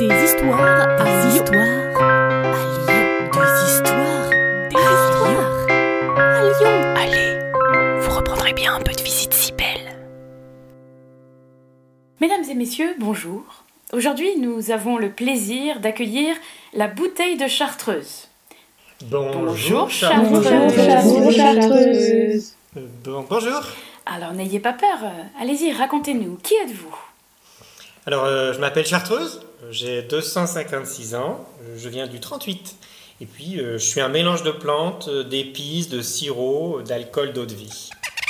à Lyon. Allez, vous reprendrez bien un peu de visite si belle. Mesdames et messieurs, bonjour. Aujourd'hui, nous avons le plaisir d'accueillir la bouteille de Chartreuse. Bonjour Chartreuse. Bonjour. Alors n'ayez pas peur, allez-y, racontez-nous, qui êtes-vous ? Alors, je m'appelle Chartreuse, j'ai 256 ans, je viens du 38. Et puis, je suis un mélange de plantes, d'épices, de sirop, d'alcool, d'eau de vie.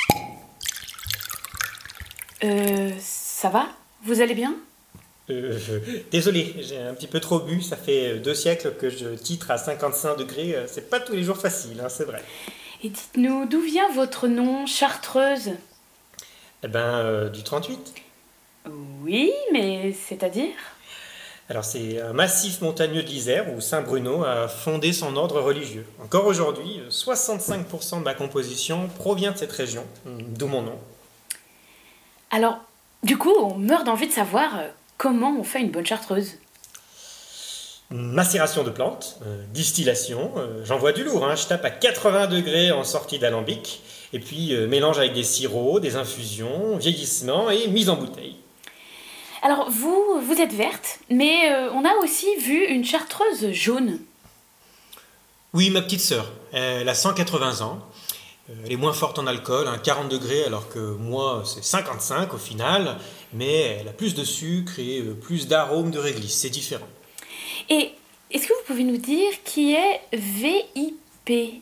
Ça va ? Vous allez bien ? Désolé, j'ai un petit peu trop bu, ça fait 2 siècles que je titre à 55 degrés, c'est pas tous les jours facile, hein, c'est vrai. Et dites-nous, d'où vient votre nom, Chartreuse ? Du 38. Oui, mais c'est-à-dire ? Alors c'est un massif montagneux de l'Isère où Saint Bruno a fondé son ordre religieux. Encore aujourd'hui, 65% de ma composition provient de cette région, d'où mon nom. Alors, du coup, on meurt d'envie de savoir comment on fait une bonne chartreuse. Macération de plantes, distillation, j'en vois du lourd, hein, je tape à 80 degrés en sortie d'alambic, et puis mélange avec des sirops, des infusions, vieillissement et mise en bouteille. Alors, vous êtes verte, mais on a aussi vu une chartreuse jaune. Oui, ma petite sœur, elle a 180 ans, elle est moins forte en alcool, 40 degrés, alors que moi, c'est 55 au final, mais elle a plus de sucre et plus d'arômes de réglisse, c'est différent. Et est-ce que vous pouvez nous dire qui est VEP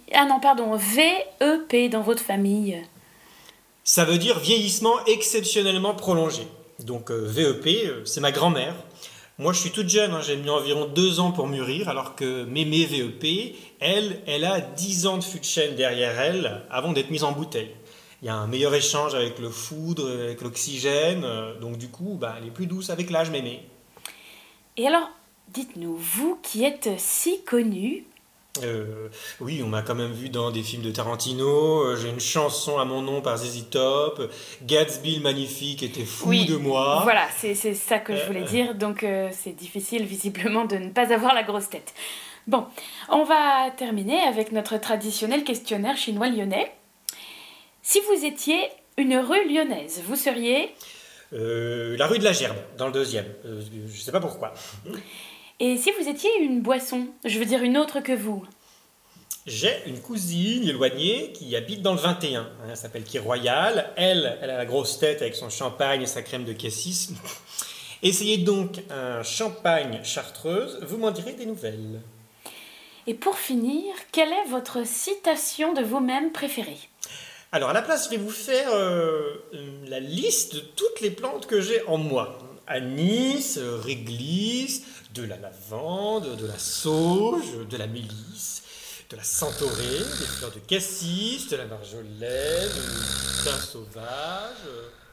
dans votre famille ? Ça veut dire vieillissement exceptionnellement prolongé. Donc VEP, c'est ma grand-mère. Moi, je suis toute jeune, j'ai mis environ 2 ans pour mûrir, alors que Mémé VEP, elle a 10 ans de fût de chêne derrière elle avant d'être mise en bouteille. Il y a un meilleur échange avec le foudre, avec l'oxygène, donc du coup, elle est plus douce avec l'âge, Mémé. Et alors, dites-nous, vous qui êtes si connu... Oui, on m'a quand même vu dans des films de Tarantino, j'ai une chanson à mon nom par ZZ Top, Gatsby le Magnifique était fou de moi. Voilà, c'est ça que je voulais dire, donc c'est difficile visiblement de ne pas avoir la grosse tête. Bon, on va terminer avec notre traditionnel questionnaire chinois lyonnais. Si vous étiez une rue lyonnaise, vous seriez... La rue de la Gerbe, dans le 2e, je sais pas pourquoi. Et si vous étiez une boisson, je veux dire une autre que vous? J'ai une cousine éloignée qui habite dans le 21. Elle s'appelle Kiroyal. Elle a la grosse tête avec son champagne et sa crème de cassis. Essayez donc un champagne chartreuse, vous m'en direz des nouvelles. Et pour finir, quelle est votre citation de vous-même préférée? Alors à la place, je vais vous faire la liste de toutes les plantes que j'ai en moi. Anis, réglisse, de la lavande, de la sauge, de la mélisse, de la centaurée, des fleurs de cassis, de la marjolaine, du thym sauvage.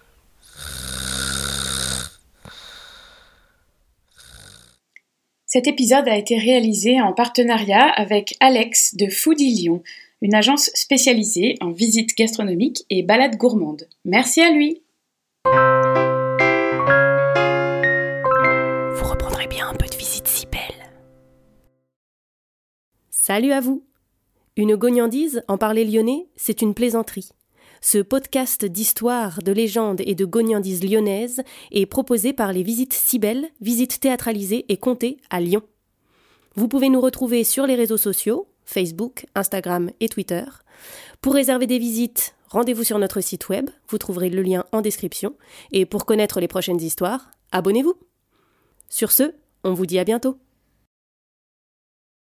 Cet épisode a été réalisé en partenariat avec Alex de Foodie Lyon, une agence spécialisée en visites gastronomiques et balades gourmandes. Merci à lui. Vous reprendrez bien un peu de visite si belle. Salut à vous! Une gognandise, en parler lyonnais, c'est une plaisanterie. Ce podcast d'histoire, de légendes et de gognandises lyonnaises est proposé par les Visites si belles, visites théâtralisées et contées à Lyon. Vous pouvez nous retrouver sur les réseaux sociaux, Facebook, Instagram et Twitter. Pour réserver des visites, rendez-vous sur notre site web, vous trouverez le lien en description. Et pour connaître les prochaines histoires, abonnez-vous. Sur ce, on vous dit à bientôt.